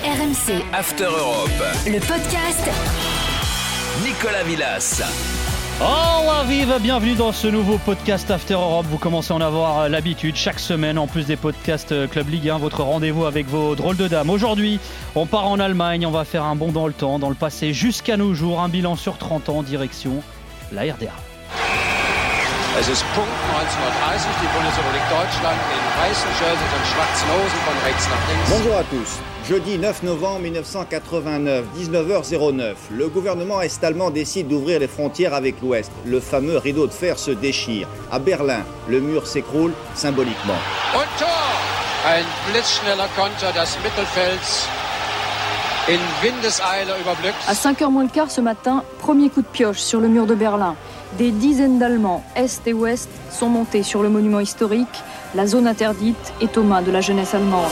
RMC After Europe. Le podcast Nicolas Villas. Oh la vive, bienvenue dans ce nouveau podcast After Europe. Vous commencez à en avoir l'habitude chaque semaine, en plus des podcasts Club Ligue 1, votre rendez-vous avec vos drôles de dames. Aujourd'hui, on part en Allemagne, on va faire un bond dans le temps, dans le passé jusqu'à nos jours, un bilan sur 30 ans, direction la RDA. Es ist Punkt 19:30, die Bundesrepublik Deutschland in weißen Jerseys und schwarzen Hosen von rechts nach links. Bonjour à tous. Jeudi 9 novembre 1989, 19h09, le gouvernement est-allemand décide d'ouvrir les frontières avec l'Ouest. Le fameux rideau de fer se déchire. À Berlin, le mur s'écroule symboliquement. Und Tor! Ein blitzschneller Konter des Mittelfelds in Windeseile überbrückt. À 5h moins le quart ce matin, premier coup de pioche sur le mur de Berlin. Des dizaines d'Allemands, Est et Ouest, sont montés sur le monument historique. La zone interdite est aux mains de la jeunesse allemande.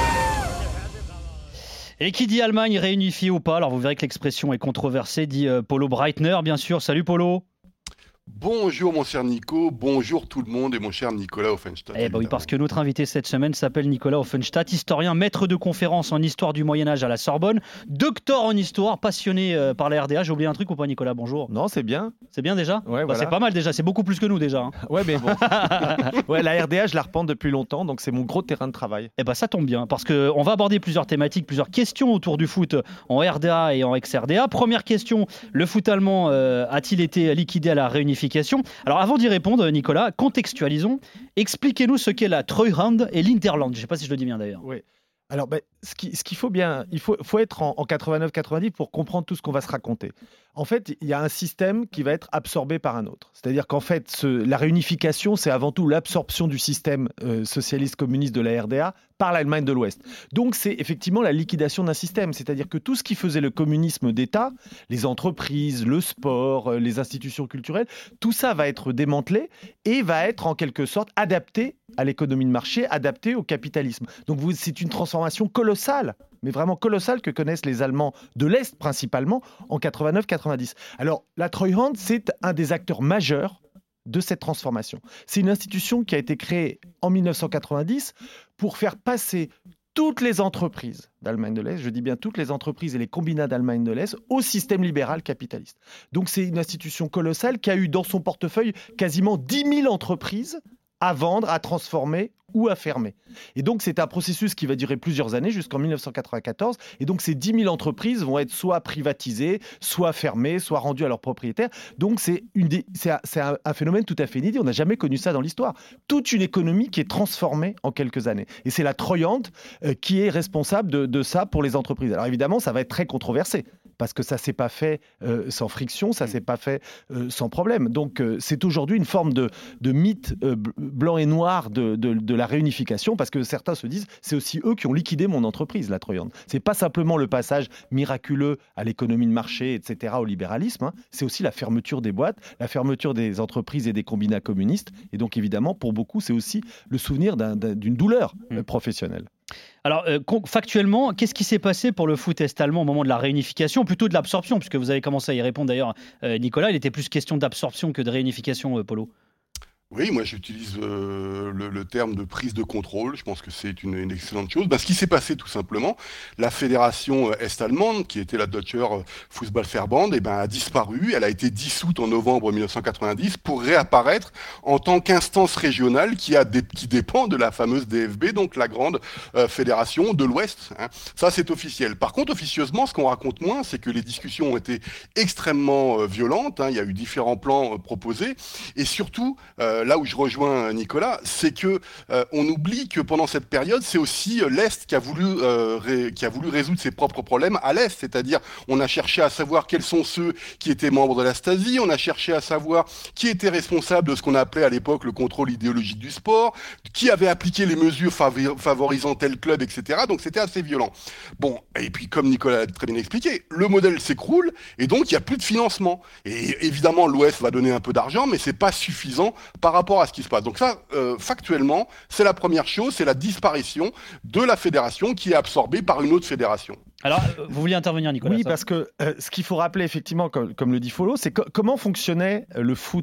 Et qui dit Allemagne réunifiée ou pas, alors vous verrez que l'expression est controversée, dit Polo Breitner, bien sûr. Salut Polo. Bonjour mon cher Nico, bonjour tout le monde et mon cher Nicolas Offenstadt. Eh ben oui, parce que notre invité cette semaine s'appelle Nicolas Offenstadt, historien, maître de conférences en histoire du Moyen-Âge à la Sorbonne, docteur en histoire, passionné par la RDA. J'ai oublié un truc ou pas, Nicolas? Bonjour. Non, c'est bien. C'est bien déjà? Ouais, voilà. C'est pas mal déjà, c'est beaucoup plus que nous déjà. Hein. Ouais, mais bon. Ouais, la RDA, je la repens depuis longtemps, donc c'est mon gros terrain de travail. Eh ben ça tombe bien, parce qu'on va aborder plusieurs thématiques, plusieurs questions autour du foot en RDA et en ex-RDA. Première question, le foot allemand a-t-il été liquidé à la réunification? Alors avant d'y répondre, Nicolas, contextualisons. Expliquez-nous ce qu'est la Treuhand et l'Interland. Je ne sais pas si je le dis bien d'ailleurs. Oui. Alors, ce qu'il faut bien, il faut être en 89-90 pour comprendre tout ce qu'on va se raconter. En fait, il y a un système qui va être absorbé par un autre. C'est-à-dire qu'en fait, la réunification, c'est avant tout l'absorption du système socialiste-communiste de la RDA par l'Allemagne de l'Ouest. Donc, c'est effectivement la liquidation d'un système. C'est-à-dire que tout ce qui faisait le communisme d'État, les entreprises, le sport, les institutions culturelles, tout ça va être démantelé et va être en quelque sorte adapté à l'économie de marché, adapté au capitalisme. Donc, c'est une transformation colossale, mais vraiment colossale, que connaissent les Allemands de l'Est principalement en 89-90. Alors, la Treuhand, c'est un des acteurs majeurs de cette transformation. C'est une institution qui a été créée en 1990 pour faire passer toutes les entreprises d'Allemagne de l'Est, je dis bien toutes les entreprises et les combinats d'Allemagne de l'Est, au système libéral capitaliste. Donc, c'est une institution colossale qui a eu dans son portefeuille quasiment 10 000 entreprises à vendre, à transformer ou à fermer. Et donc, c'est un processus qui va durer plusieurs années, jusqu'en 1994. Et donc, ces 10 000 entreprises vont être soit privatisées, soit fermées, soit rendues à leurs propriétaires. Donc, c'est un phénomène tout à fait inédit. On n'a jamais connu ça dans l'histoire. Toute une économie qui est transformée en quelques années. Et c'est la Treuhand qui est responsable de ça pour les entreprises. Alors, évidemment, ça va être très controversé, parce que ça ne s'est pas fait sans friction, ça ne s'est pas fait sans problème. Donc, c'est aujourd'hui une forme de mythe blanc et noir de la réunification, parce que certains se disent c'est aussi eux qui ont liquidé mon entreprise, la Treuhand. C'est pas simplement le passage miraculeux à l'économie de marché, etc., au libéralisme, hein. C'est aussi la fermeture des boîtes, la fermeture des entreprises et des combinats communistes. Et donc, évidemment, pour beaucoup, c'est aussi le souvenir d'une douleur professionnelle. Alors, factuellement, qu'est-ce qui s'est passé pour le foot est-allemand au moment de la réunification, plutôt de l'absorption, puisque vous avez commencé à y répondre d'ailleurs, Nicolas, il était plus question d'absorption que de réunification, Polo. Oui, moi j'utilise le terme de prise de contrôle, je pense que c'est une excellente chose. Ce qui s'est passé tout simplement, la fédération est-allemande, qui était la Deutscher Fußballverband, a disparu, elle a été dissoute en novembre 1990 pour réapparaître en tant qu'instance régionale qui dépend de la fameuse DFB, donc la grande fédération de l'Ouest. Hein. Ça c'est officiel. Par contre, officieusement, ce qu'on raconte moins, c'est que les discussions ont été extrêmement violentes, hein. Il y a eu différents plans proposés, et surtout, là où je rejoins Nicolas, c'est que on oublie que pendant cette période, c'est aussi l'Est qui a voulu résoudre ses propres problèmes à l'Est. C'est-à-dire, on a cherché à savoir quels sont ceux qui étaient membres de la Stasi, on a cherché à savoir qui était responsable de ce qu'on appelait à l'époque le contrôle idéologique du sport, qui avait appliqué les mesures favorisant tel club, etc. Donc c'était assez violent. Bon, et puis comme Nicolas l'a très bien expliqué, le modèle s'écroule et donc il n'y a plus de financement. Et évidemment, l'Ouest va donner un peu d'argent, mais c'est pas suffisant par rapport à ce qui se passe. Donc ça, factuellement, c'est la première chose, c'est la disparition de la fédération qui est absorbée par une autre fédération. Alors, vous vouliez intervenir, Nicolas? Oui, parce que ce qu'il faut rappeler, effectivement, comme le dit Follo, c'est comment fonctionnait le foot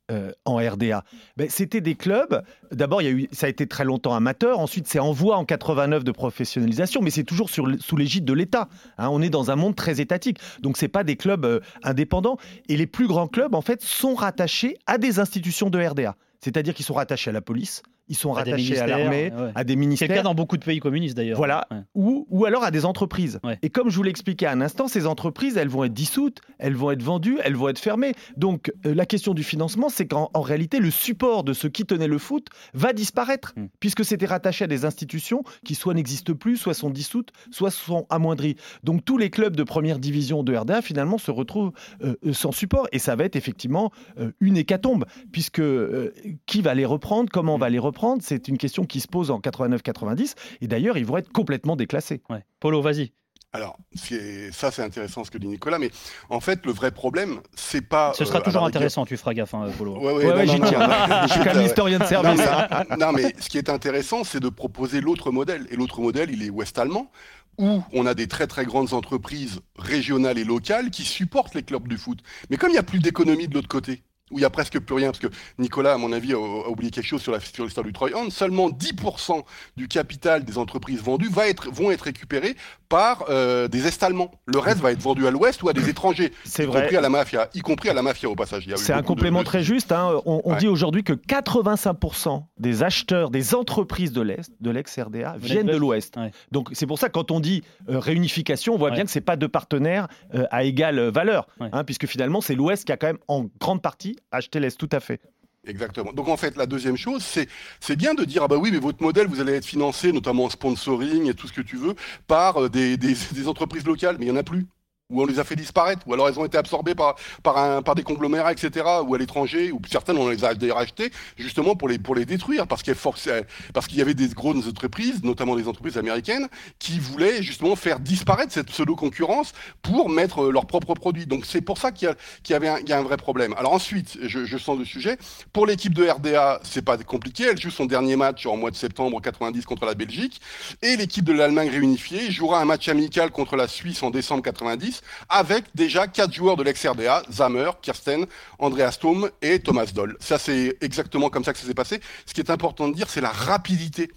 en RDA, c'était des clubs. D'abord, ça a été très longtemps amateur. Ensuite, c'est en voie en 89 de professionnalisation, mais c'est toujours sous l'égide de l'État. On est dans un monde très étatique. Donc, c'est pas des clubs indépendants. Et les plus grands clubs, en fait, sont rattachés à des institutions de RDA. C'est-à-dire qu'ils sont rattachés à la police, ils sont rattachés à l'armée, à des ministères. C'est le cas dans beaucoup de pays communistes d'ailleurs. Voilà, ou alors à des entreprises. Ouais. Et comme je vous l'expliquais à un instant, ces entreprises, elles vont être dissoutes, elles vont être vendues, elles vont être fermées. Donc la question du financement, c'est qu'en réalité, le support de ce qui tenait le foot va disparaître, puisque c'était rattaché à des institutions qui soit n'existent plus, soit sont dissoutes, soit sont amoindries. Donc tous les clubs de première division de RDA, finalement, se retrouvent sans support. Et ça va être effectivement une hécatombe, puisque qui va les reprendre, comment on va les reprendre, c'est une question qui se pose en 89-90, et d'ailleurs, ils vont être complètement déclassés. Ouais. Paulo, vas-y. Alors, c'est intéressant ce que dit Nicolas, mais en fait, le vrai problème, c'est pas... Ce sera toujours intéressant, tu feras gaffe, Paulo. J'y tiens. Je suis quand même historien de service. Non, mais ce qui est intéressant, c'est de proposer l'autre modèle. Et l'autre modèle, il est ouest-allemand, où on a des très très grandes entreprises régionales et locales qui supportent les clubs du foot. Mais comme il n'y a plus d'économie de l'autre côté, où il n'y a presque plus rien, parce que Nicolas, à mon avis, a oublié quelque chose sur l'histoire du Treuhand, seulement 10% du capital des entreprises vendues vont être récupérés par des Est-Allemands. Le reste va être vendu à l'Ouest ou à des étrangers, y compris à la mafia au passage. C'est un complément très juste. On dit aujourd'hui que 85% des acheteurs des entreprises de l'ex-RDA viennent de l'Ouest. Ouais. Donc c'est pour ça que quand on dit réunification, on voit bien que ce n'est pas deux partenaires à égale valeur, puisque finalement c'est l'Ouest qui a quand même en grande partie acheter l'Est, tout à fait. Exactement. Donc en fait, la deuxième chose, c'est bien de dire ah bah oui, mais votre modèle, vous allez être financé, notamment en sponsoring et tout ce que tu veux, par des entreprises locales, mais il y en a plus. Ou on les a fait disparaître, ou alors elles ont été absorbées par des conglomérats, etc., ou à l'étranger, ou certaines on les a rachetées justement pour les détruire, parce qu'il y avait des grosses entreprises, notamment des entreprises américaines, qui voulaient justement faire disparaître cette pseudo-concurrence pour mettre leurs propres produits. Donc c'est pour ça qu'il y a un vrai problème. Alors ensuite, je sens le sujet, pour l'équipe de RDA, c'est pas compliqué, elle joue son dernier match en mois de septembre 90 contre la Belgique, et l'équipe de l'Allemagne réunifiée jouera un match amical contre la Suisse en décembre 90, avec déjà 4 joueurs de l'ex-RDA, Zammer, Kirsten, Andreas Thom et Thomas Doll. Ça, c'est exactement comme ça que ça s'est passé. Ce qui est important de dire, c'est la rapidité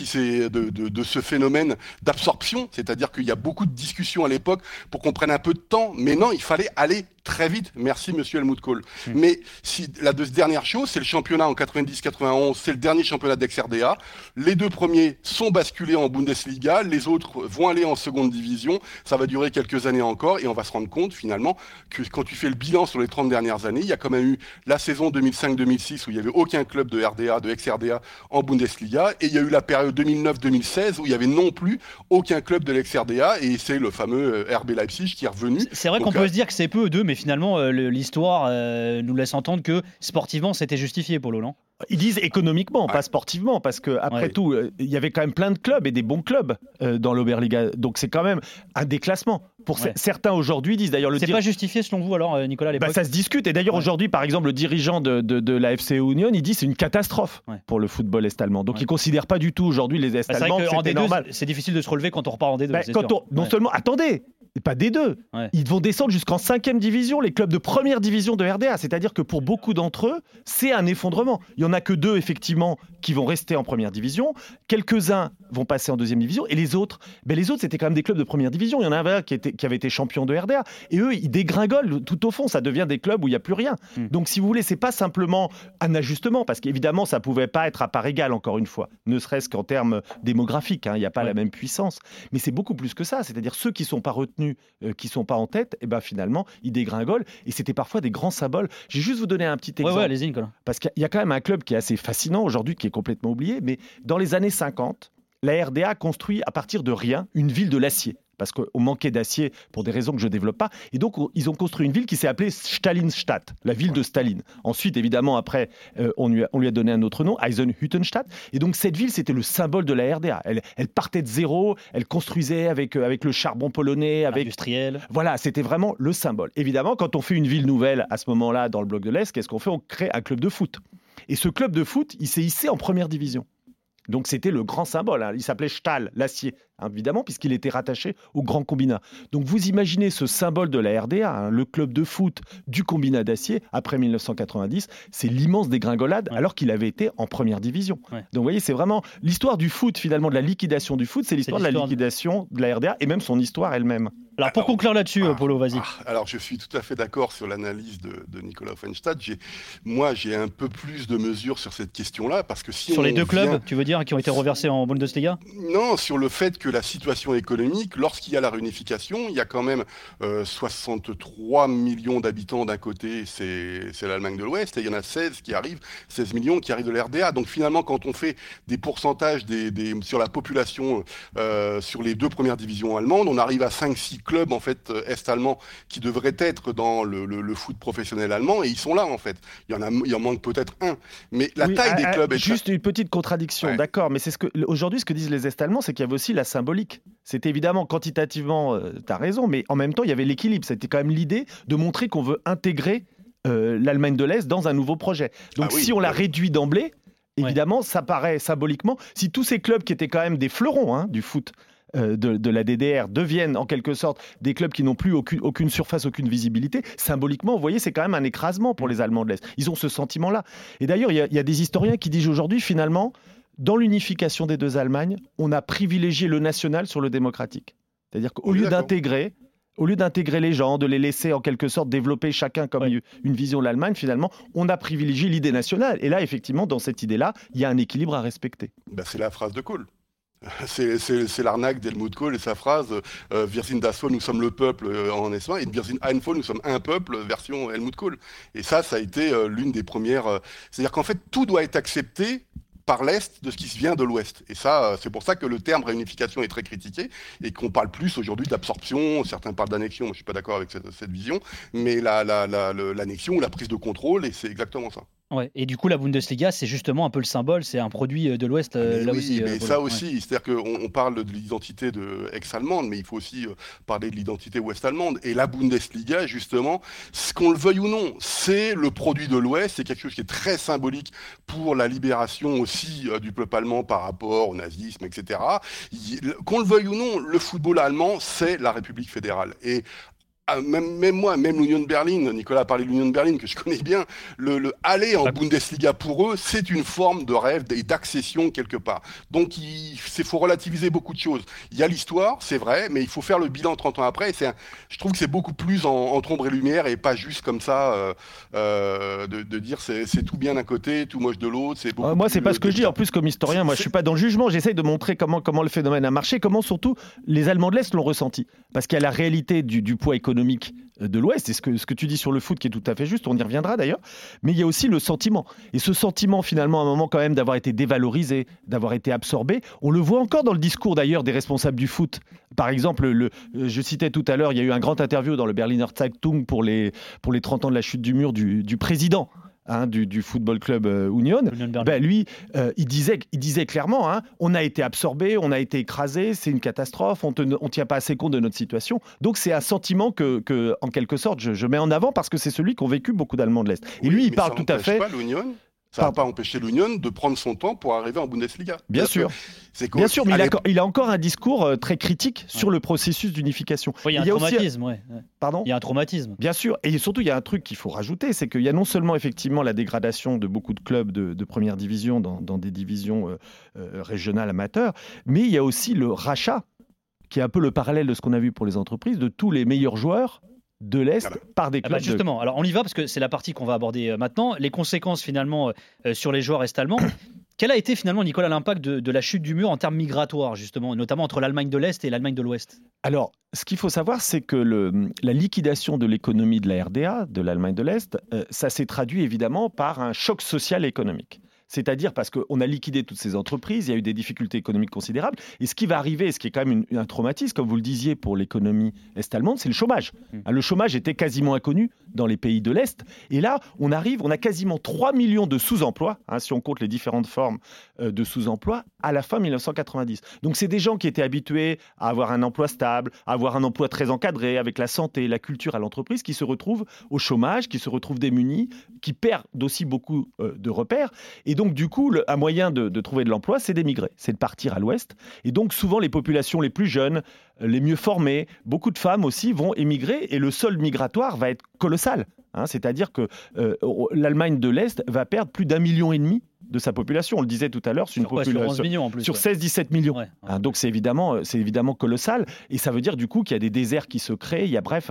de ce phénomène d'absorption, c'est-à-dire qu'il y a beaucoup de discussions à l'époque pour qu'on prenne un peu de temps, mais non, il fallait aller très vite. Merci, monsieur Helmut Kohl. Mais la dernière chose, c'est le championnat en 90-91, c'est le dernier championnat d'ex-RDA. Les deux premiers sont basculés en Bundesliga, les autres vont aller en seconde division. Ça va durer quelques années encore et on va se rendre compte finalement que quand tu fais le bilan sur les 30 dernières années, il y a quand même eu la saison 2005-2006 où il n'y avait aucun club de RDA, de ex-RDA en Bundesliga, et il y a eu la période 2009-2016 où il n'y avait non plus aucun club de l'ex-RDA, et c'est le fameux RB Leipzig qui est revenu. C'est vrai qu'on peut se dire que c'est peu d'eux, mais finalement l'histoire nous laisse entendre que sportivement c'était justifié, Paulo, non ? Ils disent économiquement, pas sportivement, parce que après tout, il y avait quand même plein de clubs et des bons clubs dans l'Oberliga, donc c'est quand même un déclassement. Pour certains aujourd'hui disent d'ailleurs c'est pas justifié selon vous alors, Nicolas, à l'époque ? Ça se discute, et d'ailleurs aujourd'hui, par exemple, le dirigeant de la FC Union, il dit c'est une catastrophe pour le football est-allemand. Donc il considère pas du tout aujourd'hui les Est-allemands que c'était normal. C'est difficile de se relever quand on repart en D2. Non seulement, attendez, pas D2, ils vont descendre jusqu'en 5e division, les clubs de première division de RDA. C'est-à-dire que pour beaucoup d'entre eux, c'est un effondrement. Il n'y en a que 2, effectivement, qui vont rester en première division. Quelques-uns vont passer en 2e division. Et les autres, c'était quand même des clubs de première division. Il y en a un qui avait été champion de RDA. Et eux, ils dégringolent tout au fond. Ça devient des clubs où il n'y a plus rien. Donc, si vous voulez, c'est pas simplement un ajustement, parce qu'évidemment, ça ne pouvait pas être à part égale, encore une fois. Ne serait-ce qu'en termes démographiques. Il n'y a pas la même puissance. Mais c'est beaucoup plus que ça. C'est-à-dire ceux qui ne sont pas retenus, qui ne sont pas en tête, et finalement, ils dégringolent. Et c'était parfois des grands symboles. Je vais juste vous donner un petit exemple. Allez-y, Nicolas. Parce qu'il y a quand même un club qui est assez fascinant aujourd'hui, qui est complètement oublié. Mais dans les années 50, la RDA a construit à partir de rien une ville de l'acier. Parce qu'on manquait d'acier pour des raisons que je ne développe pas. Et donc, ils ont construit une ville qui s'est appelée Stalinstadt, la ville de Staline. Ensuite, évidemment, après, on lui a donné un autre nom, Eisenhüttenstadt. Et donc, cette ville, c'était le symbole de la RDA. Elle partait de zéro, elle construisait avec le charbon polonais, industriel. Voilà, c'était vraiment le symbole. Évidemment, quand on fait une ville nouvelle, à ce moment-là, dans le bloc de l'Est, qu'est-ce qu'on fait ? On crée un club de foot. Et ce club de foot, il s'est hissé en première division. Donc c'était le grand symbole, il s'appelait Stahl, l'acier. évidemment, puisqu'il était rattaché au grand combinat. Donc vous imaginez ce symbole de la RDA, le club de foot du combinat d'acier, après 1990, c'est l'immense dégringolade, alors qu'il avait été en première division. Ouais. Donc vous voyez, c'est vraiment l'histoire du foot, finalement, de la liquidation du foot, c'est l'histoire de la liquidation de la RDA, et même son histoire elle-même. Alors pour conclure là-dessus, Polo, vas-y. Alors je suis tout à fait d'accord sur l'analyse de Nicolas Offenstadt. J'ai un peu plus de mesures sur cette question-là, parce que si sur les deux clubs, tu veux dire, qui ont été reversés en Bundesliga ? Non, sur le fait que la situation économique, lorsqu'il y a la réunification, il y a quand même 63 millions d'habitants d'un côté, c'est l'Allemagne de l'Ouest, et il y en a 16 millions qui arrivent de la RDA. Donc finalement, quand on fait des pourcentages sur la population sur les deux premières divisions allemandes, on arrive à 5-6 clubs en fait est-allemands qui devraient être dans le foot professionnel allemand, et ils sont là en fait. Il en manque peut-être un, mais la taille des clubs est juste une petite contradiction, d'accord, mais c'est aujourd'hui ce que disent les Est-Allemands, c'est qu'il y avait aussi la symbolique. C'était évidemment quantitativement, tu as raison, mais en même temps il y avait l'équilibre. C'était quand même l'idée de montrer qu'on veut intégrer l'Allemagne de l'Est dans un nouveau projet. Donc si on la réduit d'emblée, évidemment ça paraît symboliquement. Si tous ces clubs qui étaient quand même des fleurons du foot de la DDR deviennent en quelque sorte des clubs qui n'ont plus aucune surface, aucune visibilité, symboliquement, vous voyez, c'est quand même un écrasement pour les Allemands de l'Est. Ils ont ce sentiment-là. Et d'ailleurs, il y a des historiens qui disent aujourd'hui, finalement, dans l'unification des deux Allemagnes, on a privilégié le national sur le démocratique. C'est-à-dire qu'au lieu d'intégrer les gens, de les laisser en quelque sorte développer chacun comme une vision de l'Allemagne, finalement, on a privilégié l'idée nationale. Et là, effectivement, dans cette idée-là, il y a un équilibre à respecter. C'est la phrase de Kohl. C'est l'arnaque d'Helmut Kohl et sa phrase Wir sind das Volk, nous sommes le peuple en Espagne, et Wir sind ein Volk, nous sommes un peuple, version Helmut Kohl. Et ça a été l'une des premières. C'est-à-dire qu'en fait, tout doit être accepté par l'Est de ce qui vient de l'Ouest. Et ça, c'est pour ça que le terme réunification est très critiqué et qu'on parle plus aujourd'hui d'absorption. Certains parlent d'annexion, moi je suis pas d'accord avec cette vision, mais l'annexion ou la prise de contrôle, et c'est exactement ça. Ouais. Et du coup, la Bundesliga, c'est justement un peu le symbole, c'est un produit de l'Ouest là aussi. Mais ça aussi, c'est-à-dire qu'on parle de l'identité ex-allemande, mais il faut aussi parler de l'identité ouest-allemande. Et la Bundesliga, justement, qu'on le veuille ou non, c'est le produit de l'Ouest, c'est quelque chose qui est très symbolique pour la libération aussi du peuple allemand par rapport au nazisme, etc. Qu'on le veuille ou non, le football allemand, c'est la République fédérale. Et même moi, même l'Union de Berlin, Nicolas a parlé de l'Union de Berlin que je connais bien, aller en Bundesliga pour eux, c'est une forme de rêve et d'accession quelque part. Donc il faut relativiser beaucoup de choses. Il y a l'histoire, c'est vrai, mais il faut faire le bilan 30 ans après. Je trouve que c'est beaucoup plus entre ombre et lumière et pas juste comme ça de dire c'est tout bien d'un côté, tout moche de l'autre. Moi, c'est pas ce que je dis. En plus, comme historien, moi je suis pas dans le jugement. J'essaye de montrer comment le phénomène a marché, comment surtout les Allemands de l'Est l'ont ressenti. Parce qu'il y a la réalité du poids économique de l'Ouest, et ce que tu dis sur le foot qui est tout à fait juste, on y reviendra d'ailleurs, mais il y a aussi le sentiment. Et ce sentiment, finalement, à un moment quand même d'avoir été dévalorisé, d'avoir été absorbé, on le voit encore dans le discours d'ailleurs des responsables du foot. Par exemple, je citais tout à l'heure, il y a eu un grand interview dans le Berliner Zeitung pour les 30 ans de la chute du mur du président du Football Club Union. Lui, il disait clairement, on a été absorbé, on a été écrasé, c'est une catastrophe, on tient pas assez compte de notre situation. Donc c'est un sentiment que en quelque sorte, je mets en avant parce que c'est celui qu'ont vécu beaucoup d'Allemands de l'Est. Et lui, il parle tout à fait. Ça n'a pas empêché l'Union de prendre son temps pour arriver en Bundesliga. Bien sûr, mais il a encore un discours très critique sur le processus d'unification. Il y a un traumatisme, Pardon ? Il y a un traumatisme. Bien sûr, et surtout il y a un truc qu'il faut rajouter, c'est qu'il y a non seulement effectivement la dégradation de beaucoup de clubs de première division dans des divisions régionales amateurs, mais il y a aussi le rachat, qui est un peu le parallèle de ce qu'on a vu pour les entreprises, de tous les meilleurs joueurs de l'Est par des clubs. Justement, alors on y va parce que c'est la partie qu'on va aborder maintenant. Les conséquences finalement sur les joueurs est-allemands. Quel a été finalement, Nicolas, l'impact de la chute du mur en termes migratoires, justement, notamment entre l'Allemagne de l'Est et l'Allemagne de l'Ouest ? Alors, ce qu'il faut savoir, c'est que la liquidation de l'économie de la RDA, de l'Allemagne de l'Est, ça s'est traduit évidemment par un choc social et économique. C'est-à-dire parce qu'on a liquidé toutes ces entreprises, il y a eu des difficultés économiques considérables. Et ce qui va arriver, ce qui est quand même un traumatisme, comme vous le disiez pour l'économie est-allemande, c'est le chômage. Le chômage était quasiment inconnu dans les pays de l'Est. Et là, on a quasiment 3 millions de sous-emplois, si on compte les différentes formes de sous-emploi, à la fin 1990. Donc, c'est des gens qui étaient habitués à avoir un emploi stable, à avoir un emploi très encadré, avec la santé, la culture à l'entreprise, qui se retrouvent au chômage, qui se retrouvent démunis, qui perdent aussi beaucoup de repères. Et donc, du coup, un moyen de trouver de l'emploi, c'est d'émigrer, c'est de partir à l'Ouest. Et donc, souvent, les populations les plus jeunes, les mieux formées, beaucoup de femmes aussi vont émigrer et le solde migratoire va être colossal. C'est-à-dire que l'Allemagne de l'Est va perdre plus d'1,5 million de sa population. On le disait tout à l'heure, c'est une population sur 11 millions en plus, sur 16-17 millions. Donc c'est évidemment colossal. Et ça veut dire du coup qu'il y a des déserts qui se créent. Il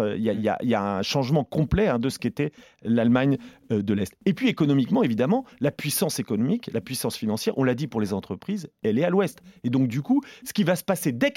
y a un changement complet de ce qu'était l'Allemagne de l'Est. Et puis économiquement, évidemment, la puissance économique, la puissance financière, on l'a dit pour les entreprises, elle est à l'Ouest. Et donc du coup, ce qui va se passer dès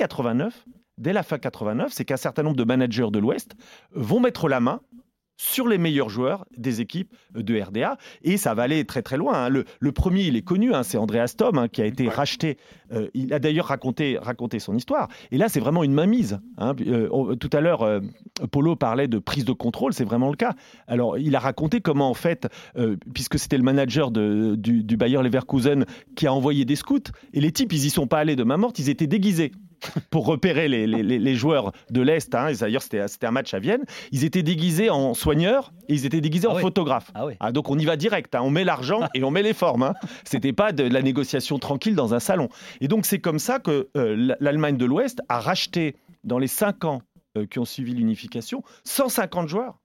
la fin 89, c'est qu'un certain nombre de managers de l'Ouest vont mettre la main sur les meilleurs joueurs des équipes de RDA. Et ça va aller très très loin. Le premier, il est connu, c'est Andreas Thom, qui a été racheté. Il a d'ailleurs raconté son histoire. Et là, c'est vraiment une mainmise. Tout à l'heure, Polo parlait de prise de contrôle, c'est vraiment le cas. Alors, il a raconté comment, en fait, puisque c'était le manager du Bayer Leverkusen qui a envoyé des scouts, et les types, ils y sont pas allés de main morte, ils étaient déguisés pour repérer les joueurs de l'Est. D'ailleurs, c'était un match à Vienne. Ils étaient déguisés en soigneurs et ils étaient déguisés en photographes. Donc, on y va direct. On met l'argent et on met les formes. C'était pas de la négociation tranquille dans un salon. Et donc, c'est comme ça que l'Allemagne de l'Ouest a racheté, dans les 5 ans qui ont suivi l'unification, 150 joueurs.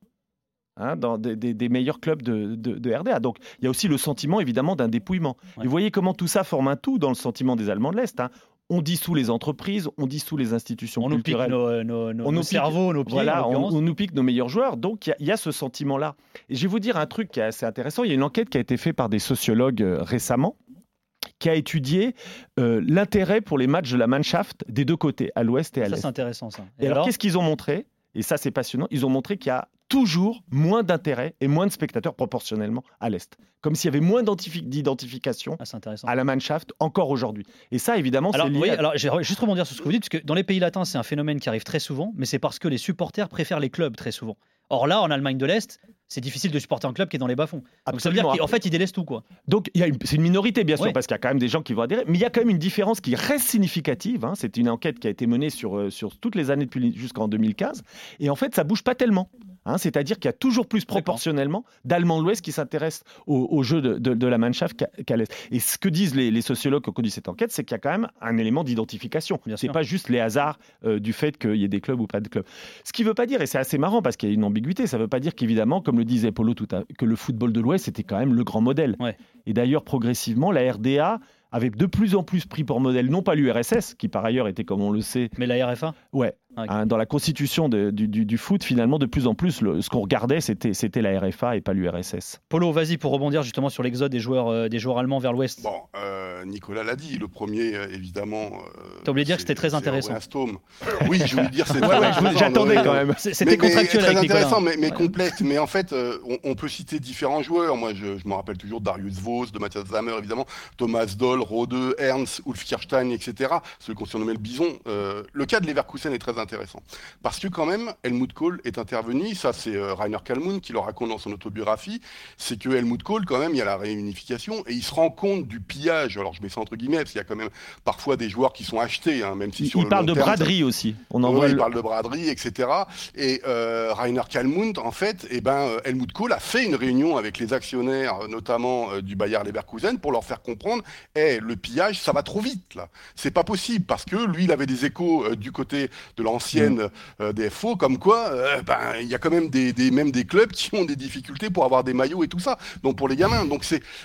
Dans des meilleurs clubs de RDA. Donc, il y a aussi le sentiment, évidemment, d'un dépouillement. Et vous voyez comment tout ça forme un tout dans le sentiment des Allemands de l'Est. On dissout les entreprises, on dissout les institutions culturelles. On nous pique nos cerveaux, nos pieds. Voilà, on nous pique nos meilleurs joueurs. Donc, il y a ce sentiment-là. Et je vais vous dire un truc qui est assez intéressant. Il y a une enquête qui a été faite par des sociologues récemment, qui a étudié l'intérêt pour les matchs de la Mannschaft des deux côtés, à l'Ouest et à l'Est. Ça, c'est intéressant, ça. Et alors, qu'est-ce qu'ils ont montré ? Et ça, c'est passionnant. Ils ont montré qu'il y a toujours moins d'intérêt et moins de spectateurs proportionnellement à l'Est. Comme s'il y avait moins d'identification à la Mannschaft encore aujourd'hui. Et ça, évidemment, c'est lié... Alors, je vais juste rebondir sur ce que vous dites, parce que dans les pays latins, c'est un phénomène qui arrive très souvent, mais c'est parce que les supporters préfèrent les clubs très souvent. Or là, en Allemagne de l'Est, c'est difficile de supporter un club qui est dans les bas-fonds. Donc ça veut dire qu'en fait, ils délaissent tout, quoi. Donc c'est une minorité, bien sûr, parce qu'il y a quand même des gens qui vont adhérer, mais il y a quand même une différence qui reste significative. C'est une enquête qui a été menée sur toutes les années jusqu'en 2015, et en fait, ça bouge pas tellement. C'est-à-dire qu'il y a toujours plus proportionnellement d'Allemands de l'Ouest qui s'intéressent au jeu de la Mannschaft qu'à l'Est. Et ce que disent les sociologues qui ont conduit cette enquête, c'est qu'il y a quand même un élément d'identification. Ce n'est pas juste les hasards du fait qu'il y ait des clubs ou pas de clubs. Ce qui ne veut pas dire, et c'est assez marrant parce qu'il y a une ambiguïté, ça ne veut pas dire qu'évidemment, comme le disait Polo que le football de l'Ouest était quand même le grand modèle. Et d'ailleurs, progressivement, la RDA avait de plus en plus pris pour modèle, non pas l'URSS, qui par ailleurs était, comme on le sait... Mais la RFA ? Ouais. Dans la constitution du foot, finalement, de plus en plus, ce qu'on regardait, c'était la RFA et pas l'URSS. Polo, vas-y, pour rebondir justement sur l'exode des joueurs allemands vers l'Ouest. Bon, Nicolas l'a dit, le premier, évidemment... T'as oublié de dire que c'était très intéressant. Oui, je voulais dire c'est j'attendais quand même. C'était contractuel avec Nicolas. Très intéressant, mais complexe. Mais en fait, on peut citer différents joueurs. Moi, je me rappelle toujours Darius Vos, de Matthias Sammer, évidemment, Thomas Doll, Rode, Ernst, Ulf Kirstein, etc. Ceux qu'on surnommait le bison. Le cas de Leverkusen est très intéressant. Parce que quand même, Helmut Kohl est intervenu. Ça, c'est Rainer Kallmund qui le raconte dans son autobiographie. C'est que Helmut Kohl, quand même, il y a la réunification et il se rend compte du pillage. Alors, je mets ça entre guillemets, parce qu'il y a quand même parfois des joueurs qui sont achetés, même si sur il parle de braderie aussi. Il parle de braderie, etc. Et Rainer Kallmund, en fait, Helmut Kohl a fait une réunion avec les actionnaires, notamment du Bayer Leverkusen, pour leur faire comprendre, le pillage, ça va trop vite, là. C'est pas possible, parce que lui, il avait des échos du côté de l'ancienne DFO, comme quoi, il y a quand même même des clubs qui ont des difficultés pour avoir des maillots et tout ça. Donc pour les gamins, donc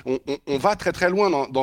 on va très très loin dans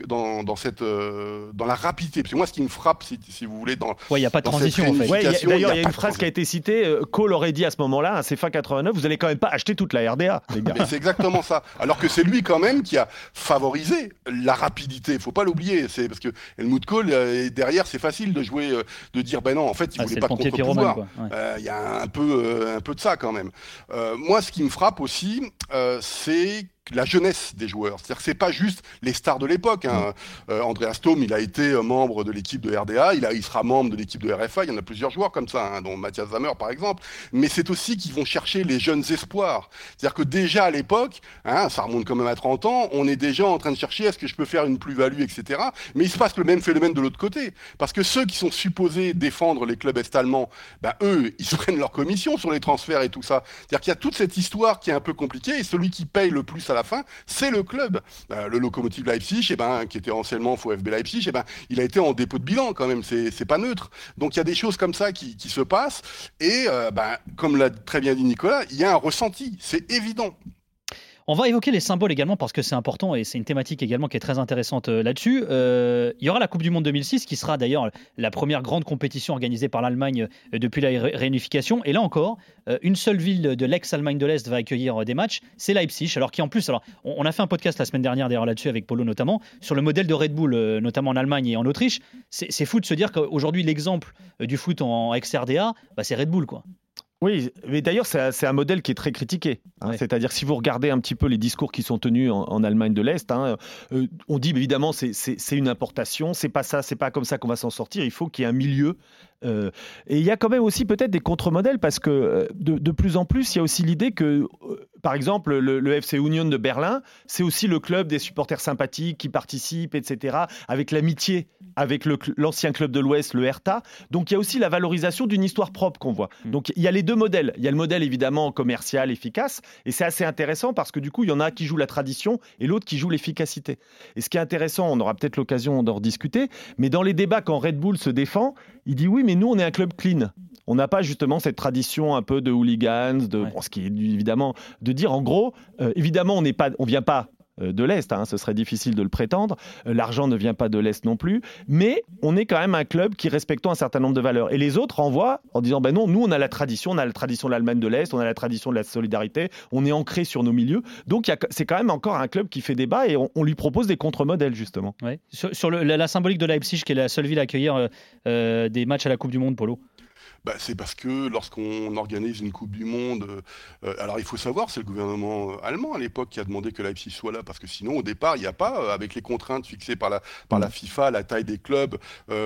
la rapidité. Parce que moi, ce qui me frappe, si vous voulez, il n'y a pas de transition en fait. D'ailleurs, il y a une phrase qui a été citée. Kohl aurait dit à ce moment-là, c'est fin 89, vous allez quand même pas acheter toute la RDA, les gars. Mais c'est exactement ça. Alors que c'est lui quand même qui a favorisé la rapidité. Faut pas l'oublier. C'est parce que Helmut Kohl derrière, c'est facile de jouer, de dire non, en fait, il voulait pas de contre-pouvoir. Y a un peu de ça quand même. Moi, ce qui me frappe aussi, c'est la jeunesse des joueurs. C'est-à-dire que c'est pas juste les stars de l'époque. Andreas Thom, il a été membre de l'équipe de RDA, il sera membre de l'équipe de RFA. Il y en a plusieurs joueurs comme ça, dont Matthias Sammer par exemple. Mais c'est aussi qu'ils vont chercher les jeunes espoirs. C'est-à-dire que déjà à l'époque, ça remonte quand même à 30 ans, on est déjà en train de chercher est-ce que je peux faire une plus-value, etc. Mais il se passe le même phénomène de l'autre côté. Parce que ceux qui sont supposés défendre les clubs est-allemands, eux, ils se prennent leur commission sur les transferts et tout ça. C'est-à-dire qu'il y a toute cette histoire qui est un peu compliquée et celui qui paye le plus à la fin, c'est le club. Le Lokomotiv Leipzig, qui était anciennement VfB Leipzig, il a été en dépôt de bilan quand même, c'est pas neutre. Donc il y a des choses comme ça qui se passent et comme l'a très bien dit Nicolas, il y a un ressenti, c'est évident. On va évoquer les symboles également parce que c'est important et c'est une thématique également qui est très intéressante là-dessus. Il y aura la Coupe du Monde 2006 qui sera d'ailleurs la première grande compétition organisée par l'Allemagne depuis la réunification. Et là encore, une seule ville de l'ex-Allemagne de l'Est va accueillir des matchs, c'est Leipzig. Alors on a fait un podcast la semaine dernière d'ailleurs là-dessus avec Polo notamment, sur le modèle de Red Bull, notamment en Allemagne et en Autriche. C'est fou de se dire qu'aujourd'hui l'exemple du foot en ex-RDA, c'est Red Bull quoi. Oui, mais d'ailleurs, c'est un modèle qui est très critiqué. Ouais. C'est-à-dire, si vous regardez un petit peu les discours qui sont tenus en Allemagne de l'Est, on dit évidemment c'est une importation, c'est pas ça, c'est pas comme ça qu'on va s'en sortir. Il faut qu'il y ait un milieu. Et il y a quand même aussi peut-être des contre-modèles parce que de plus en plus, il y a aussi l'idée que, par exemple, le FC Union de Berlin, c'est aussi le club des supporters sympathiques qui participent, etc., avec l'amitié avec l'ancien club de l'Ouest, le Hertha. Donc, il y a aussi la valorisation d'une histoire propre qu'on voit. Donc, il y a les deux modèles. Il y a le modèle, évidemment, commercial, efficace, et c'est assez intéressant parce que, du coup, il y en a qui jouent la tradition et l'autre qui joue l'efficacité. Et ce qui est intéressant, on aura peut-être l'occasion d'en rediscuter, mais dans les débats, quand Red Bull se défend, il dit oui, mais nous, on est un club clean. On n'a pas justement cette tradition un peu de hooligans, ce qui est évidemment de dire, en gros, évidemment, on vient pas de l'Est, ce serait difficile de le prétendre, l'argent ne vient pas de l'Est non plus, mais on est quand même un club qui respecte un certain nombre de valeurs. Et les autres renvoient en disant, non, nous on a la tradition de l'Allemagne de l'Est, on a la tradition de la solidarité, on est ancré sur nos milieux, donc c'est quand même encore un club qui fait débat et on lui propose des contre-modèles justement. Ouais. Sur la symbolique de Leipzig, qui est la seule ville à accueillir des matchs à la Coupe du Monde, Polo. C'est parce que lorsqu'on organise une Coupe du Monde, alors il faut savoir, c'est le gouvernement allemand à l'époque qui a demandé que Leipzig soit là, parce que sinon au départ il n'y a pas, avec les contraintes fixées par la FIFA, la taille des clubs,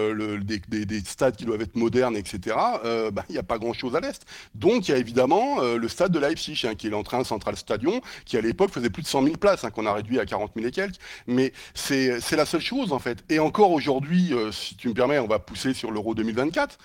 des stades qui doivent être modernes, etc. Il n'y a pas grand-chose à l'Est. Donc il y a évidemment le stade de Leipzig, qui est l'entrain Central Stadion, qui à l'époque faisait plus de 100 000 places, qu'on a réduit à 40 000 et quelques. Mais c'est la seule chose en fait. Et encore aujourd'hui, si tu me permets, on va pousser sur l'Euro 2024.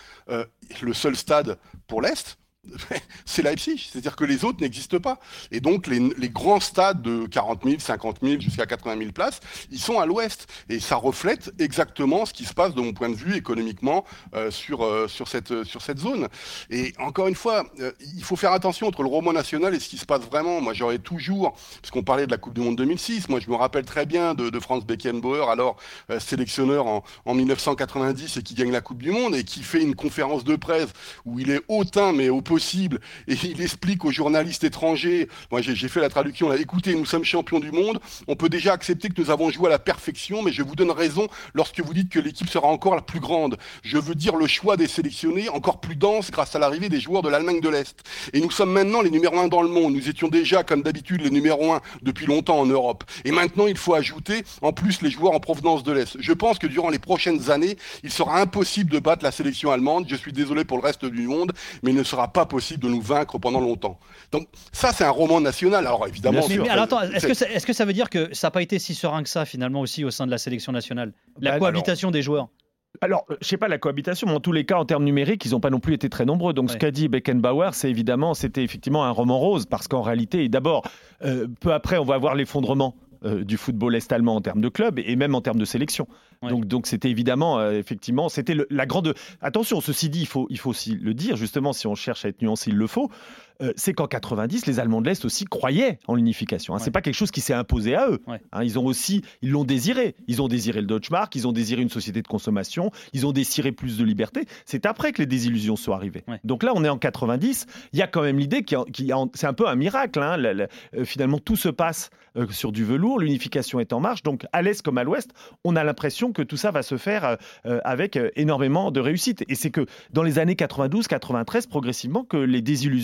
Le seul stade pour l'Est, c'est Leipzig, c'est-à-dire que les autres n'existent pas. Et donc les grands stades de 40 000, 50 000 jusqu'à 80 000 places, ils sont à l'ouest. Et ça reflète exactement ce qui se passe de mon point de vue économiquement sur cette zone. Et encore une fois, il faut faire attention entre le roman national et ce qui se passe vraiment. Moi j'aurais toujours, puisqu'on parlait de la Coupe du Monde 2006, moi je me rappelle très bien de Franz Beckenbauer, alors sélectionneur en 1990 et qui gagne la Coupe du Monde et qui fait une conférence de presse où il est hautain mais au possible, et il explique aux journalistes étrangers, moi j'ai fait la traduction là, écoutez, nous sommes champions du monde, on peut déjà accepter que nous avons joué à la perfection, mais je vous donne raison lorsque vous dites que l'équipe sera encore la plus grande. Je veux dire le choix des sélectionnés encore plus dense grâce à l'arrivée des joueurs de l'Allemagne de l'Est. Et nous sommes maintenant les numéros 1 dans le monde, nous étions déjà comme d'habitude les numéros 1 depuis longtemps en Europe. Et maintenant il faut ajouter en plus les joueurs en provenance de l'Est. Je pense que durant les prochaines années, il sera impossible de battre la sélection allemande, je suis désolé pour le reste du monde, mais il ne sera pas possible de nous vaincre pendant longtemps. Donc ça c'est un roman national. Alors évidemment. Mais alors attends, est-ce que ça veut dire que ça n'a pas été si serein que ça finalement aussi au sein de la sélection nationale, la cohabitation des joueurs? Alors, je ne sais pas la cohabitation, mais en tous les cas, en termes numériques, ils n'ont pas non plus été très nombreux. Donc, ce qu'a dit Beckenbauer, c'était effectivement un roman rose, parce qu'en réalité, d'abord, peu après, on va avoir l'effondrement du football est-allemand en termes de club et même en termes de sélection. Ouais. Donc c'était évidemment, effectivement, c'était la grande... Attention, ceci dit, il faut aussi le dire, justement, si on cherche à être nuancé, il le faut, c'est qu'en 90, les Allemands de l'Est aussi croyaient en l'unification. C'est pas quelque chose qui s'est imposé à eux. Ils l'ont désiré. Ils ont désiré le Deutsche Mark, ils ont désiré une société de consommation, ils ont désiré plus de liberté. C'est après que les désillusions sont arrivées. Donc là, on est en 90. Il y a quand même l'idée c'est un peu un miracle. Finalement, tout se passe sur du velours. L'unification est en marche. Donc, à l'Est comme à l'Ouest, on a l'impression que tout ça va se faire avec énormément de réussite. Et c'est que dans les années 92-93, progressivement, que les désillusions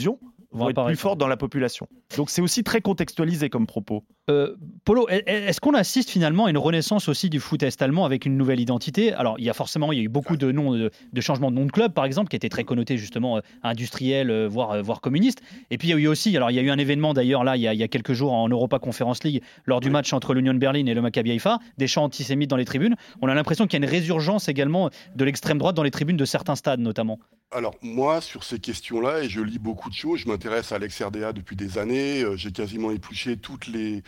vont être plus fortes dans la population. Donc c'est aussi très contextualisé comme propos. Polo, est-ce qu'on assiste finalement à une renaissance aussi du foot est-allemand avec une nouvelle identité ? Alors il y a eu beaucoup de noms, de changements de nom de club par exemple, qui étaient très connotés justement industriels, voire communistes. Et puis il y a eu aussi, il y a eu un événement d'ailleurs là, il y a quelques jours en Europa Conference League, lors du match entre l'Union Berlin et le Maccabi Haïfa, des chants antisémites dans les tribunes. On a l'impression qu'il y a une résurgence également de l'extrême droite dans les tribunes de certains stades notamment. Alors moi, sur ces questions-là, et je lis beaucoup de choses, je m'intéresse à l'ex-RDA depuis des années, j'ai quasiment épluché toutes les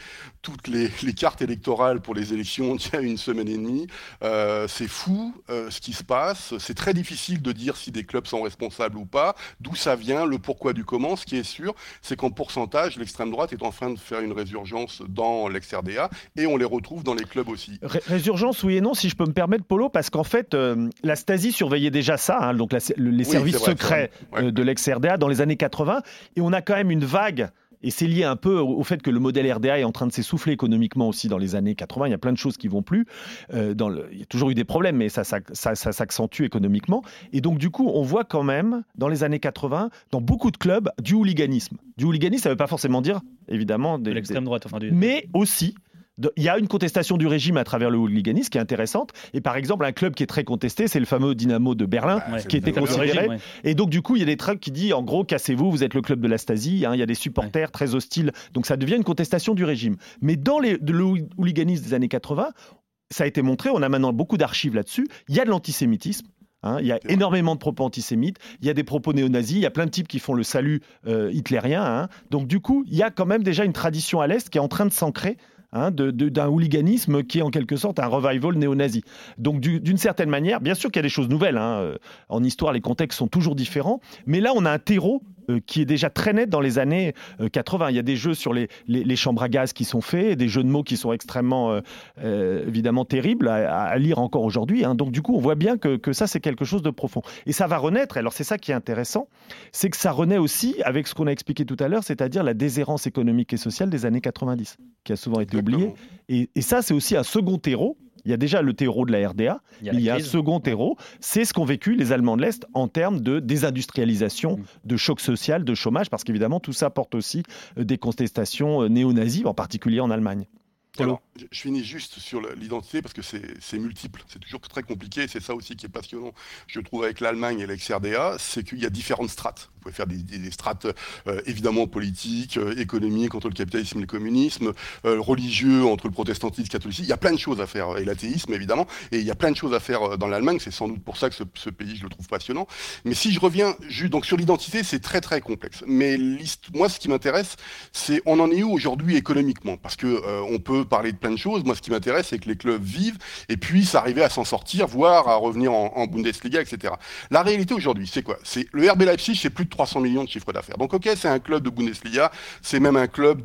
cartes électorales pour les élections il y a une semaine et demie. C'est fou ce qui se passe, c'est très difficile de dire si des clubs sont responsables ou pas, d'où ça vient, le pourquoi du comment. Ce qui est sûr, c'est qu'en pourcentage, l'extrême droite est en train de faire une résurgence dans l'ex-RDA et on les retrouve dans les clubs aussi. Résurgence, oui et non, si je peux me permettre, Polo, parce qu'en fait, la Stasi surveillait déjà ça, hein, donc les services secrets de l'ex-RDA dans les années 80, et on a quand même une vague, et c'est lié un peu au fait que le modèle RDA est en train de s'essouffler économiquement aussi dans les années 80, il y a plein de choses qui vont plus, il y a toujours eu des problèmes, mais ça s'accentue économiquement, et donc du coup on voit quand même dans les années 80, dans beaucoup de clubs, du hooliganisme. Du hooliganisme, ça ne veut pas forcément dire, évidemment, de l'extrême droite, mais aussi... Il y a une contestation du régime à travers le hooliganisme qui est intéressante. Et par exemple, un club qui est très contesté, c'est le fameux Dynamo de Berlin, qui était considéré. Régime, Et donc, du coup, il y a des trucs qui disent, en gros, cassez-vous, vous êtes le club de la Stasi. Hein, il y a des supporters très hostiles. Donc, ça devient une contestation du régime. Mais dans le hooliganisme des années 80, ça a été montré, on a maintenant beaucoup d'archives là-dessus, il y a de l'antisémitisme. Il y a énormément de propos antisémites, il y a des propos néo-nazis, il y a plein de types qui font le salut hitlérien. Donc, du coup, il y a quand même déjà une tradition à l'Est qui est en train de s'ancrer. D'un hooliganisme qui est en quelque sorte un revival néo-nazi. Donc d'une certaine manière, bien sûr qu'il y a des choses nouvelles. En histoire, les contextes sont toujours différents. Mais là, on a un terreau qui est déjà très net dans les années 80. Il y a des jeux sur les chambres à gaz qui sont faits, des jeux de mots qui sont extrêmement, évidemment, terribles à lire encore aujourd'hui. Donc du coup, on voit bien que ça, c'est quelque chose de profond. Et ça va renaître. Alors c'est ça qui est intéressant, c'est que ça renaît aussi avec ce qu'on a expliqué tout à l'heure, c'est-à-dire la déshérence économique et sociale des années 90, qui a souvent été oublié. Et ça, c'est aussi un second terreau. Il y a déjà le terreau de la RDA, il y a un second terreau. C'est ce qu'ont vécu les Allemands de l'Est en termes de désindustrialisation, de choc social, de chômage, parce qu'évidemment, tout ça porte aussi des contestations néo-nazies, en particulier en Allemagne. Alors, je finis juste sur l'identité parce que c'est multiple, c'est toujours très compliqué, c'est ça aussi qui est passionnant, je trouve, avec l'Allemagne et l'ex-RDA, c'est qu'il y a différentes strates. Vous pouvez faire des strates évidemment politiques, économiques entre le capitalisme et le communisme, religieux entre le protestantisme et le catholicisme, il y a plein de choses à faire, et l'athéisme évidemment, et il y a plein de choses à faire dans l'Allemagne, c'est sans doute pour ça que ce pays, je le trouve passionnant. Mais si je reviens donc sur l'identité, c'est très très complexe. Mais moi, ce qui m'intéresse, c'est on en est où aujourd'hui économiquement, parce que on peut parler de plein de choses. Moi, ce qui m'intéresse, c'est que les clubs vivent et puissent arriver à s'en sortir, voire à revenir en Bundesliga, etc. La réalité aujourd'hui, c'est quoi ? C'est le RB Leipzig, c'est plus de 300 millions de chiffre d'affaires. Donc, ok, c'est un club de Bundesliga, c'est même un club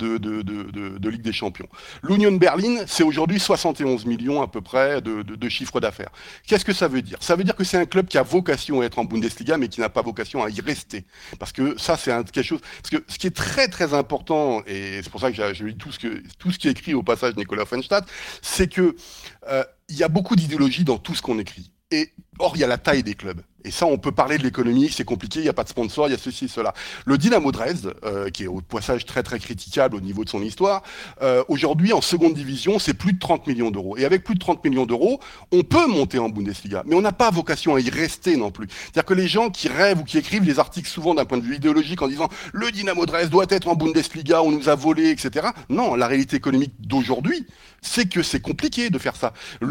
de Ligue des Champions. L'Union Berlin, c'est aujourd'hui 71 millions à peu près de chiffre d'affaires. Qu'est-ce que ça veut dire ? Ça veut dire que c'est un club qui a vocation à être en Bundesliga, mais qui n'a pas vocation à y rester. Parce que ça, c'est quelque chose. Parce que ce qui est très très important, et c'est pour ça que je lis tout ce qui est écrit au passage de Nicolas Offenstadt, c'est que il y a beaucoup d'idéologie dans tout ce qu'on écrit. Et or, il y a la taille des clubs. Et ça, on peut parler de l'économie, c'est compliqué, il n'y a pas de sponsor, il y a ceci, cela. Le Dynamo Dresde, qui est au passage très très critiquable au niveau de son histoire, aujourd'hui, en seconde division, c'est plus de 30 millions d'euros. Et avec plus de 30 millions d'euros, on peut monter en Bundesliga. Mais on n'a pas vocation à y rester non plus. C'est-à-dire que les gens qui rêvent ou qui écrivent des articles souvent d'un point de vue idéologique en disant « le Dynamo Dresde doit être en Bundesliga, on nous a volé, etc. » Non, la réalité économique d'aujourd'hui, c'est que c'est compliqué de faire ça.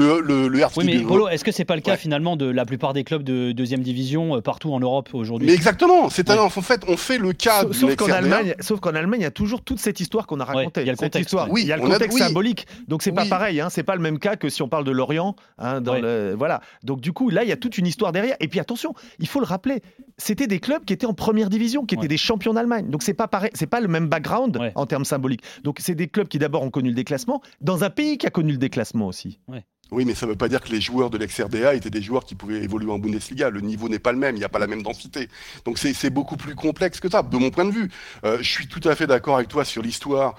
Oui, mais Polo, est-ce que c'est pas le cas finalement de la plupart des clubs de deuxième division partout en Europe aujourd'hui ? Mais exactement. En fait, on fait le cas. Sauf qu'en Allemagne, il y a toujours toute cette histoire qu'on a racontée. Il y a le contexte. Il y a le contexte symbolique. Donc c'est pas pareil. C'est pas le même cas que si on parle de Lorient. Voilà. Donc du coup, là, il y a toute une histoire derrière. Et puis attention, il faut le rappeler. C'était des clubs qui étaient en première division, qui étaient des champions d'Allemagne. Donc c'est pas pareil. C'est pas le même background en termes symboliques. Donc c'est des clubs qui d'abord ont connu le déclassement dans un pays qui a connu le déclassement aussi. Oui, mais ça ne veut pas dire que les joueurs de l'ex-RDA étaient des joueurs qui pouvaient évoluer en Bundesliga. Le niveau n'est pas le même, il n'y a pas la même densité. Donc c'est beaucoup plus complexe que ça, de mon point de vue. Je suis tout à fait d'accord avec toi sur l'histoire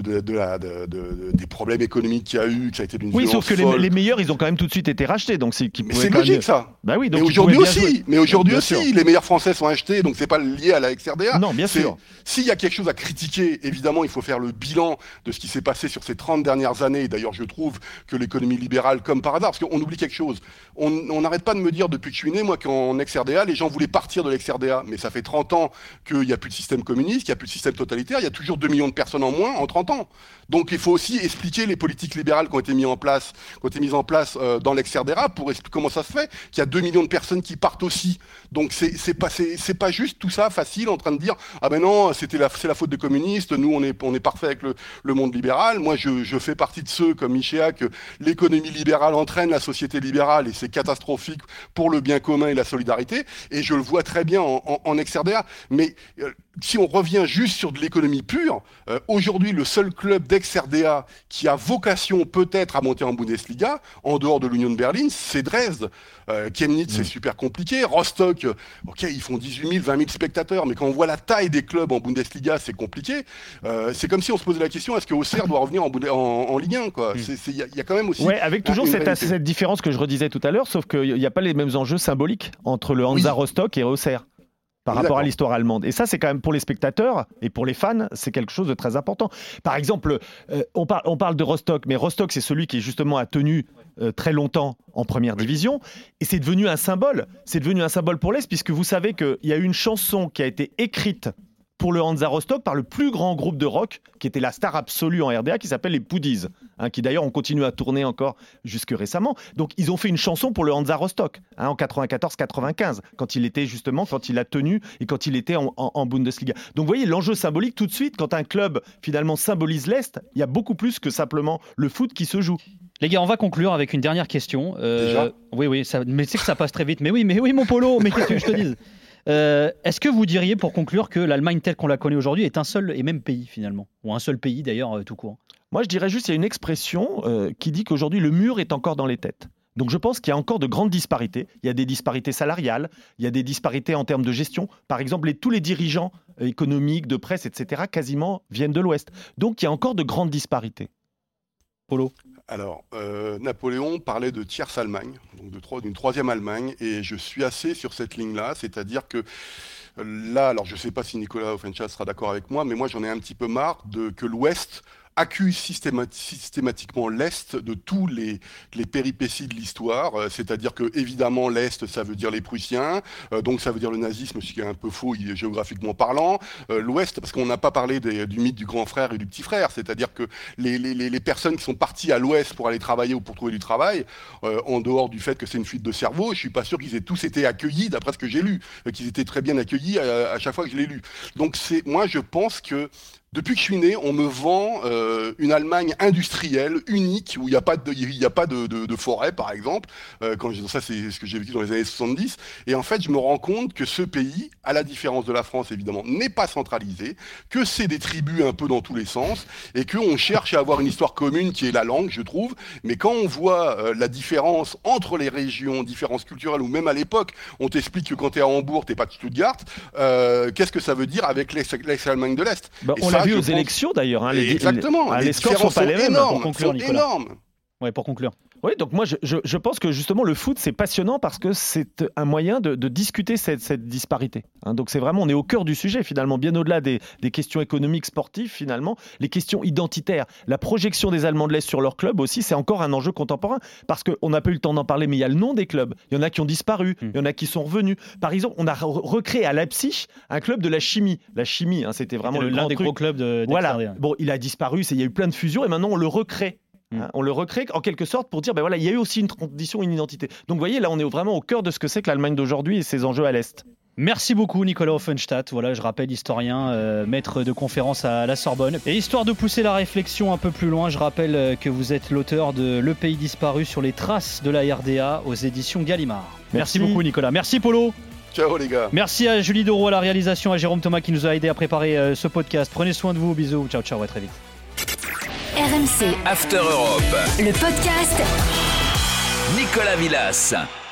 des problèmes économiques qu'il y a eu, que ça a été d'une violence sauf que folle. les meilleurs, ils ont quand même tout de suite été rachetés. Donc c'est logique, ça. Bah oui, donc mais aujourd'hui aussi, les meilleurs Français sont achetés, donc c'est pas lié à la ex-RDA. Non, bien sûr. S'il y a quelque chose à critiquer, évidemment, il faut faire le bilan de ce qui s'est passé sur ces 30 dernières années. D'ailleurs, je trouve que l'économie libérale, comme par hasard, parce qu'on oublie quelque chose. On n'arrête pas de me dire depuis que je suis né, moi, qu'en ex-RDA, les gens voulaient partir de l'ex-RDA. Mais ça fait 30 ans qu'il n'y a plus de système communiste, qu'il n'y a plus de système totalitaire, il y a toujours 2 millions de personnes en moins en 30 ans. Donc il faut aussi expliquer les politiques libérales qui ont été mises en place dans l'ex-RDA pour expliquer comment ça se fait, qu'il y a 2 millions de personnes qui partent aussi. Donc c'est pas juste tout ça facile en train de dire ah ben non, c'est la faute des communistes, nous on est parfait avec le monde libéral. Moi je fais partie de ceux comme Michéa que l'économie libérale entraîne la société libérale et c'est catastrophique pour le bien commun et la solidarité, et je le vois très bien en ex-RDA. Mais si on revient juste sur de l'économie pure, aujourd'hui le seul club d'ex-RDA qui a vocation peut-être à monter en Bundesliga, en dehors de l'Union de Berlin, c'est Dresde. Chemnitz, c'est super compliqué. Rostock, ok, ils font 18 000, 20 000 spectateurs, mais quand on voit la taille des clubs en Bundesliga, c'est compliqué. C'est comme si on se posait la question, est-ce que Auxerre doit revenir en Ligue 1 quoi. Il y a quand même aussi... Ouais, avec toujours cette différence que je redisais tout à l'heure, sauf qu'il n'y a pas les mêmes enjeux symboliques entre le Hansa Rostock et Auxerre. Par rapport à l'histoire allemande. Et ça, c'est quand même pour les spectateurs et pour les fans, c'est quelque chose de très important. Par exemple, on parle de Rostock, mais Rostock, c'est celui qui justement a tenu très longtemps en première division, et c'est devenu un symbole. C'est devenu un symbole pour l'Est, puisque vous savez qu'il y a eu une chanson qui a été écrite pour le Hansa Rostock par le plus grand groupe de rock qui était la star absolue en RDA, qui s'appelle les Puddies, qui d'ailleurs ont continué à tourner encore jusque récemment. Donc ils ont fait une chanson pour le Hansa Rostock en 94-95, quand il a tenu et quand il était en Bundesliga. Donc vous voyez l'enjeu symbolique tout de suite, quand un club finalement symbolise l'Est, il y a beaucoup plus que simplement le foot qui se joue. Les gars, on va conclure avec une dernière question. Déjà Oui, mais c'est que ça passe très vite. Mais oui, mon Polo, mais qu'est-ce que je te dise ? Est-ce que vous diriez, pour conclure, que l'Allemagne telle qu'on la connaît aujourd'hui est un seul et même pays finalement, ou un seul pays d'ailleurs tout court? Moi, je dirais juste, il y a une expression qui dit qu'aujourd'hui le mur est encore dans les têtes. Donc je pense qu'il y a encore de grandes disparités. Il y a des disparités salariales, il y a des disparités en termes de gestion. Par exemple, tous les dirigeants économiques, de presse, etc., quasiment viennent de l'Ouest. Donc il y a encore de grandes disparités. Polo. Alors, Napoléon parlait de tierce Allemagne, donc d'une troisième Allemagne, et je suis assez sur cette ligne-là, c'est-à-dire que là, alors je ne sais pas si Nicolas Offenstadt sera d'accord avec moi, mais moi j'en ai un petit peu marre que l'Ouest accuse systématiquement l'Est de tous les péripéties de l'histoire, c'est-à-dire que évidemment l'Est ça veut dire les Prussiens, donc ça veut dire le nazisme, ce qui est un peu faux géographiquement parlant, l'Ouest parce qu'on n'a pas parlé du mythe du grand frère et du petit frère, c'est-à-dire que les personnes qui sont parties à l'Ouest pour aller travailler ou pour trouver du travail, en dehors du fait que c'est une fuite de cerveau, je suis pas sûr qu'ils aient tous été accueillis d'après ce que j'ai lu, qu'ils étaient très bien accueillis à chaque fois que je l'ai lu. Donc moi je pense que depuis que je suis né, on me vend une Allemagne industrielle, unique, où il n'y a pas de forêt, par exemple. Ça, c'est ce que j'ai vécu dans les années 70. Et en fait, je me rends compte que ce pays, à la différence de la France, évidemment, n'est pas centralisé, que c'est des tribus un peu dans tous les sens, et qu'on cherche à avoir une histoire commune qui est la langue, je trouve. Mais quand on voit la différence entre les régions, différences culturelles, ou même à l'époque, on t'explique que quand tu es à Hambourg, tu n'es pas de Stuttgart, qu'est-ce que ça veut dire avec l'ex-Allemagne de l'Est? On l'a vu aux élections d'ailleurs. Exactement. Les scores sont pas les mêmes. Pour conclure, Nicolas. Ouais, pour conclure. Oui, donc moi je pense que justement le foot c'est passionnant parce que c'est un moyen de discuter cette disparité. Donc c'est vraiment, on est au cœur du sujet finalement, bien au-delà des questions économiques, sportives finalement, les questions identitaires. La projection des Allemands de l'Est sur leur club aussi, c'est encore un enjeu contemporain parce qu'on n'a pas eu le temps d'en parler, mais il y a le nom des clubs. Il y en a qui ont disparu, il y en a qui sont revenus. Par exemple, on a recréé à Leipzig un club de la chimie. La chimie, c'était vraiment l'un des gros clubs de voilà. Bon, il a disparu, il y a eu plein de fusions et maintenant on le recrée. On le recrée en quelque sorte pour dire il y a eu aussi une tradition, une identité. Donc vous voyez, là on est vraiment au cœur de ce que c'est que l'Allemagne d'aujourd'hui et ses enjeux à l'Est. Merci beaucoup Nicolas Offenstadt, voilà, je rappelle historien, maître de conférence à la Sorbonne. Et histoire de pousser la réflexion un peu plus loin, je rappelle que vous êtes l'auteur de Le Pays disparu sur les traces de la RDA aux éditions Gallimard. Merci beaucoup Nicolas, merci Polo. Ciao les gars. Merci à Julie Doroux à la réalisation, à Jérôme Thomas qui nous a aidé à préparer ce podcast. Prenez soin de vous, bisous, ciao, à très vite. RMC After Europe, le podcast. Nicolas Villas.